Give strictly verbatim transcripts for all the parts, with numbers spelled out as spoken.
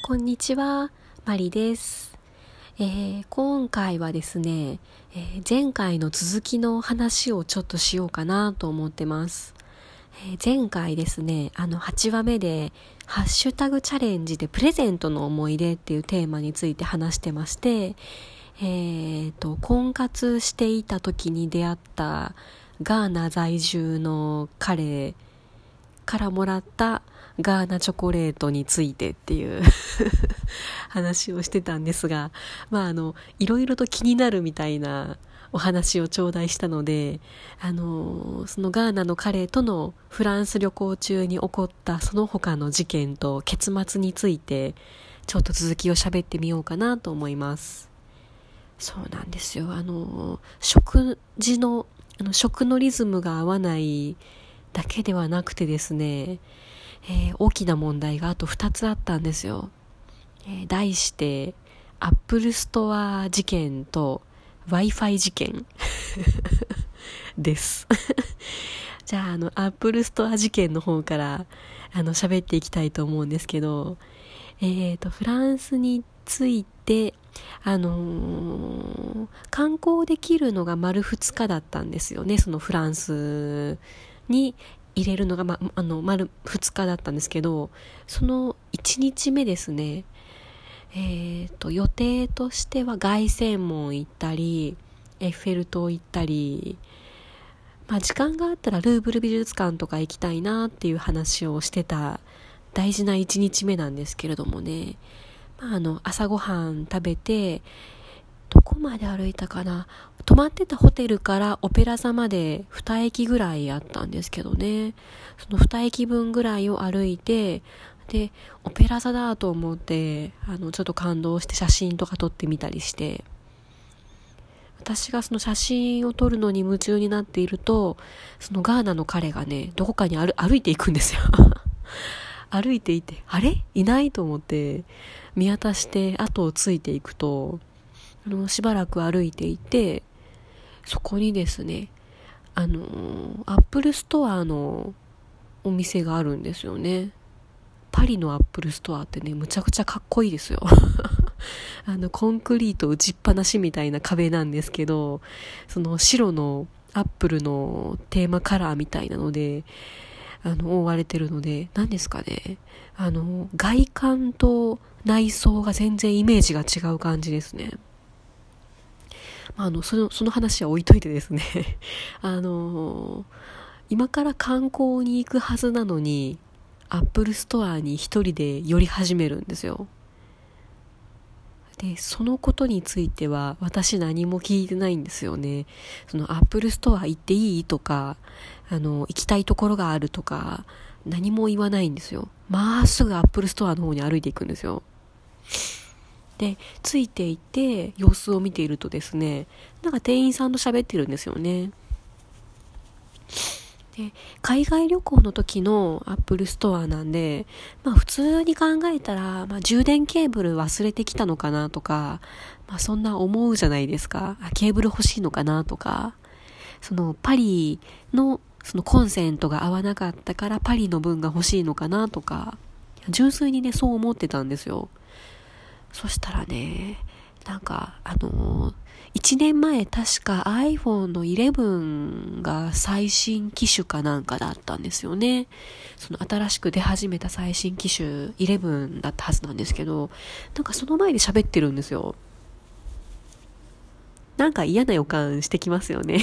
こんにちは、マリです。えー、今回はですね、えー、前回の続きの話をちょっとしようかなと思ってます。えー、前回ですね、あのはちわめでハッシュタグチャレンジでプレゼントの思い出っていうテーマについて話してまして、えーと、婚活していた時に出会ったガーナ在住の彼からもらったガーナチョコレートについてっていう話をしてたんですが、まああのいろいろと気になるみたいなお話を頂戴したので、あのそのガーナの彼とのフランス旅行中に起こったその他の事件と結末についてちょっと続きを喋ってみようかなと思います。そうなんですよ。あの食事のあの食のリズムが合わないだけではなくてですね、えー、大きな問題があとふたつあったんですよ。えー、題してアップルストア事件と Wi-Fi 事件ですじゃあ、あのアップルストア事件の方からあの喋っていきたいと思うんですけど、えーとフランスについてあのー、観光できるのが丸ふつかだったんですよね。そのフランスに入れるのが、ま、あの丸ふつかだったんですけど、そのいちにちめですね、えーと予定としては凱旋門行ったりエッフェル塔行ったり、まあ、時間があったらルーブル美術館とか行きたいなっていう話をしてた大事ないちにちめなんですけれどもね、まあ、あの朝ごはん食べてどこまで歩いたかな、泊まってたホテルからオペラ座までにえきぐらいあったんですけどね、そのにえきぶんぐらいを歩いて、でオペラ座だと思ってあのちょっと感動して写真とか撮ってみたりして、私がその写真を撮るのに夢中になっていると、そのガーナの彼がねどこかに歩歩いていくんですよ歩いていて、あれいないと思って見渡して後をついていくと、あのしばらく歩いていて、そこにですね、あのアップルストアのお店があるんですよね。パリのアップルストアってね、むちゃくちゃかっこいいですよあのコンクリート打ちっぱなしみたいな壁なんですけど、その白のアップルのテーマカラーみたいなのであの覆われてるので、何ですかね、あの外観と内装が全然イメージが違う感じですね。まあ、あのそのその話は置いといてですねあの今から観光に行くはずなのにアップルストアに一人で寄り始めるんですよ。でそのことについては私何も聞いてないんですよね。そのアップルストア行っていいとか、あの行きたいところがあるとか何も言わないんですよ。まっすぐアップルストアの方に歩いていくんですよ。でついていて様子を見ているとですね、なんか店員さんと喋ってるんですよね。で海外旅行の時のアップルストアなんで、まあ普通に考えたら、まあ、充電ケーブル忘れてきたのかなとか、まあそんな思うじゃないですか。あ、ケーブル欲しいのかなとか、そのパリのそのコンセントが合わなかったからパリの分が欲しいのかなとか、純粋にねそう思ってたんですよ。そしたらね、なんかあのー、いちねんまえ確か iPhone のじゅういちが最新機種かなんかだったんですよね。その新しく出始めた最新機種じゅういちだったはずなんですけど、なんかその前で喋ってるんですよ。なんか嫌な予感してきますよね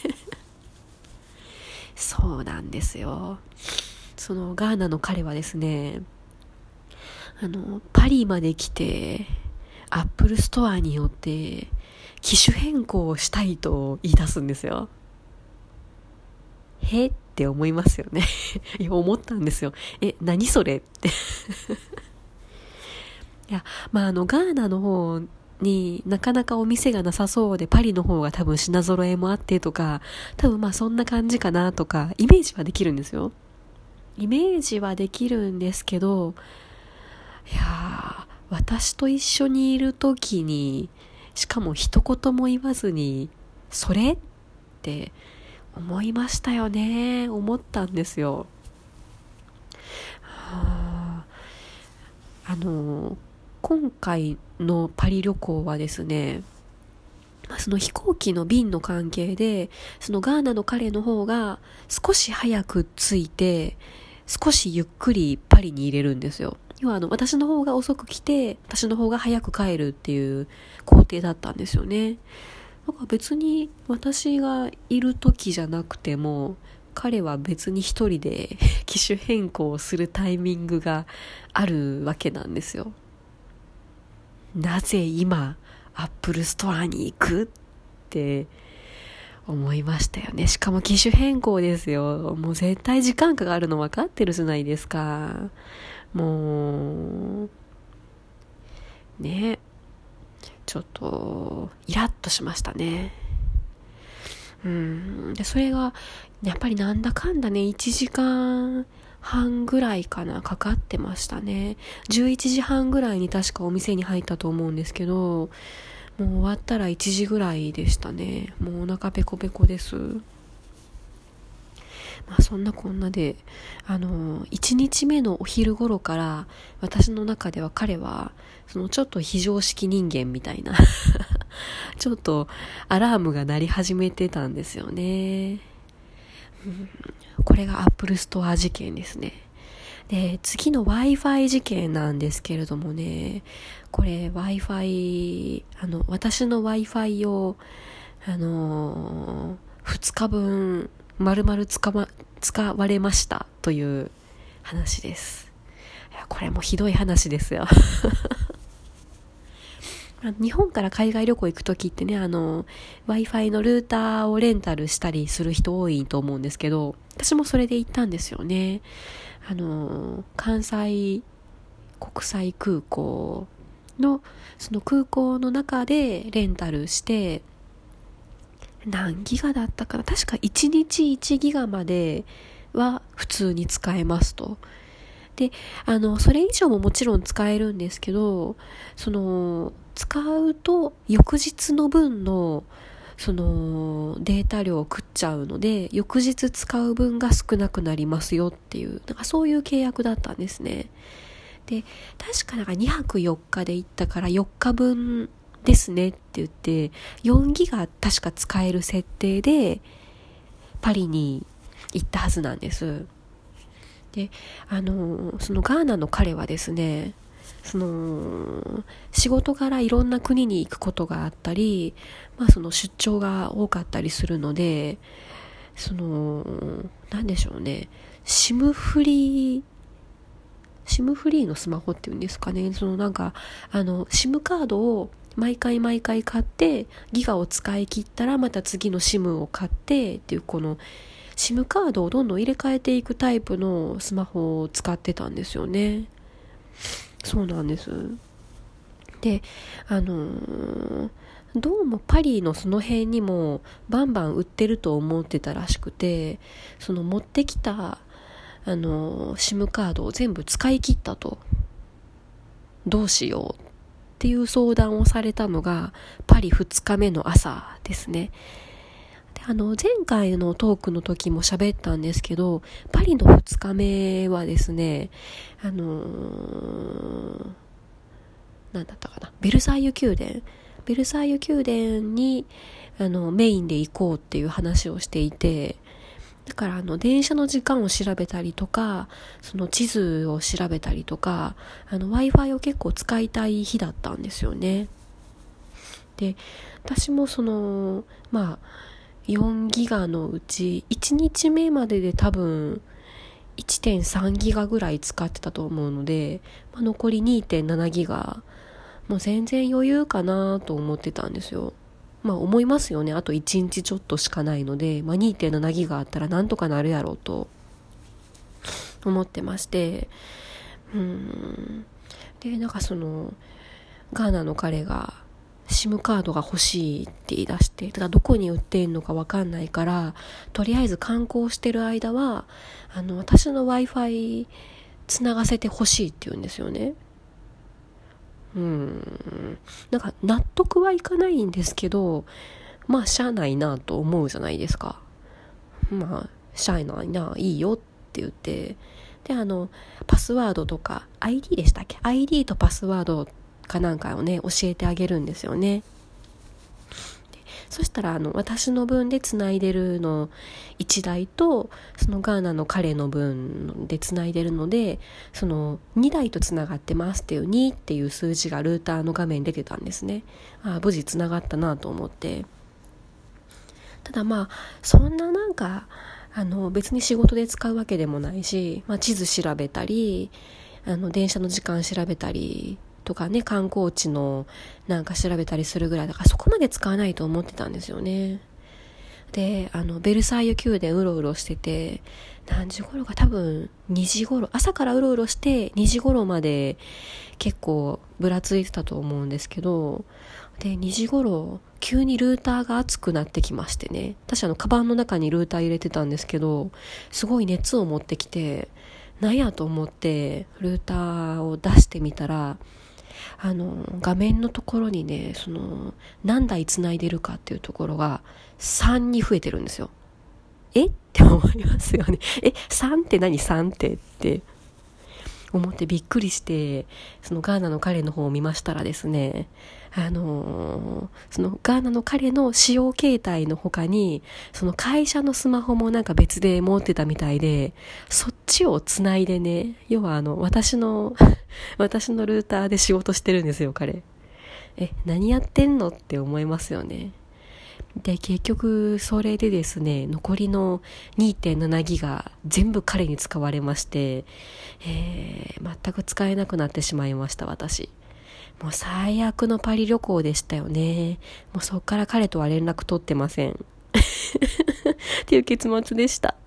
そうなんですよ。そのガーナの彼はですね、あのパリまで来てアップルストアによって機種変更をしたいと言い出すんですよ。へって思いますよねいや思ったんですよ。え、何それっていや、まああのガーナの方になかなかお店がなさそうで、パリの方が多分品揃えもあってとか、多分まあそんな感じかなとかイメージはできるんですよ。イメージはできるんですけど、いやー、私と一緒にいる時にしかも一言も言わずにそれって思いましたよね。思ったんですよ。はあ、あの今回のパリ旅行はですね、その飛行機の便の関係で、そのガーナの彼の方が少し早く着いて、少しゆっくりパリに入れるんですよ。要はあの、私の方が遅く来て、私の方が早く帰るっていう工程だったんですよね。なんか別に私がいる時じゃなくても、彼は別に一人で機種変更するタイミングがあるわけなんですよ。なぜ今アップルストアに行くって思いましたよね。しかも機種変更ですよ。もう絶対時間かかるの分かってるじゃないですか。もうね、ちょっとイラッとしましたね。うんでそれがやっぱりなんだかんだね、いちじかんはんぐらいかな、かかってましたね。じゅういちじはんぐらいに確かお店に入ったと思うんですけど、もう終わったらいちじぐらいでしたね。もうお腹ペコペコです。まあそんなこんなで、あのいちにちめのお昼頃から私の中では彼はそのちょっと非常識人間みたいなちょっとアラームが鳴り始めてたんですよね。うん、これがアップルストア事件ですね。で、次の Wi-Fi 事件なんですけれどもね、これ Wi-Fi、あの、私の Wi-Fi を、あのー、ふつかぶん丸々使わ、使われましたという話です。いや、これもひどい話ですよ。日本から海外旅行行くときってね、あの、Wi-Fi のルーターをレンタルしたりする人多いと思うんですけど、私もそれで行ったんですよね。あの、関西国際空港の、その空港の中でレンタルして、何ギガだったかな、確かいちにちいちギガまでは普通に使えますと。で、あの、それ以上ももちろん使えるんですけど、その、使うと翌日の分のそのデータ量を食っちゃうので、翌日使う分が少なくなりますよっていう、なんかそういう契約だったんですね。で、確かなんかにはくよっかで行ったからよっかぶんですねって言って、よんギガ確か使える設定でパリに行ったはずなんです。で、あの、そのガーナの彼はですね、その仕事柄いろんな国に行くことがあったり、まあその出張が多かったりするので、そのなんでしょうね、シムフリーシムフリーのスマホっていうんですかね、そのなんかあのシムカードを毎回毎回買ってギガを使い切ったらまた次のシムを買ってっていう、このシムカードをどんどん入れ替えていくタイプのスマホを使ってたんですよね。そうなんです。で、あのー、どうもパリのその辺にもバンバン売ってると思ってたらしくて、その持ってきた、あのー、シムカードを全部使い切ったと。どうしようっていう相談をされたのがパリふつかめの朝ですね。あの前回のトークの時も喋ったんですけど、パリのふつかめはですね、あのー、なんだったかな、ベルサイユ宮殿ベルサイユ宮殿にあのメインで行こうっていう話をしていて、だからあの電車の時間を調べたりとか、その地図を調べたりとか、あの Wi-Fi を結構使いたい日だったんですよね。で、私もそのまあよんギガのうちいちにちめまでで多分 いってんさんギガぐらい使ってたと思うので、まあ、残り にてんななギガもう全然余裕かなと思ってたんですよ。まあ思いますよね。あといちにちちょっとしかないので、まあ、にてんななギガあったらなんとかなるやろうと思ってまして、うーんでなんかそのガーナの彼がシムカードが欲しいって言い出して、だからどこに売ってんのかわかんないから、とりあえず観光してる間はあの私の Wi-Fi つながせて欲しいって言うんですよね。うーんなんか納得はいかないんですけど、まあしゃあないなと思うじゃないですか。まあしゃあないな、いいよって言って、であのパスワードとか アイディー でしたっけ、 アイディー とパスワードかなんかをね教えてあげるんですよね。そしたらあの私の分でつないでるのいちだいとそのガーナの彼の分でつないでるので、そのにだいとつながってますっていうにっていう数字がルーターの画面に出てたんですね。あ、無事つながったなと思って。ただまあそんななんかあの別に仕事で使うわけでもないし、まあ、地図調べたりあの電車の時間調べたりとかね、観光地のなんか調べたりするぐらいだから、そこまで使わないと思ってたんですよね。で、あのベルサイユ宮殿うろうろしてて、何時頃か、多分にじ頃、朝からうろうろしてにじ頃まで結構ぶらついてたと思うんですけど、でにじ頃急にルーターが熱くなってきましてね、私あのカバンの中にルーター入れてたんですけど、すごい熱を持ってきて、なんやと思ってルーターを出してみたら、あの画面のところにね、その何台つないでるかっていうところがさんに増えてるんですよ。えって思いますよね。え、さんって何 さん ってって思ってびっくりして、そのガーナの彼の方を見ましたらですね、あのー、そのガーナの彼の使用形態の他に、その会社のスマホもなんか別で持ってたみたいで、そっちをつないでね、要はあの、私の、私のルーターで仕事してるんですよ、彼。え、何やってんのって思いますよね。で、結局それでですね、残りの にてんななギガ全部彼に使われまして、えー、全く使えなくなってしまいました、私。もう最悪のパリ旅行でしたよね。もうそっから彼とは連絡取ってませんっていう結末でした。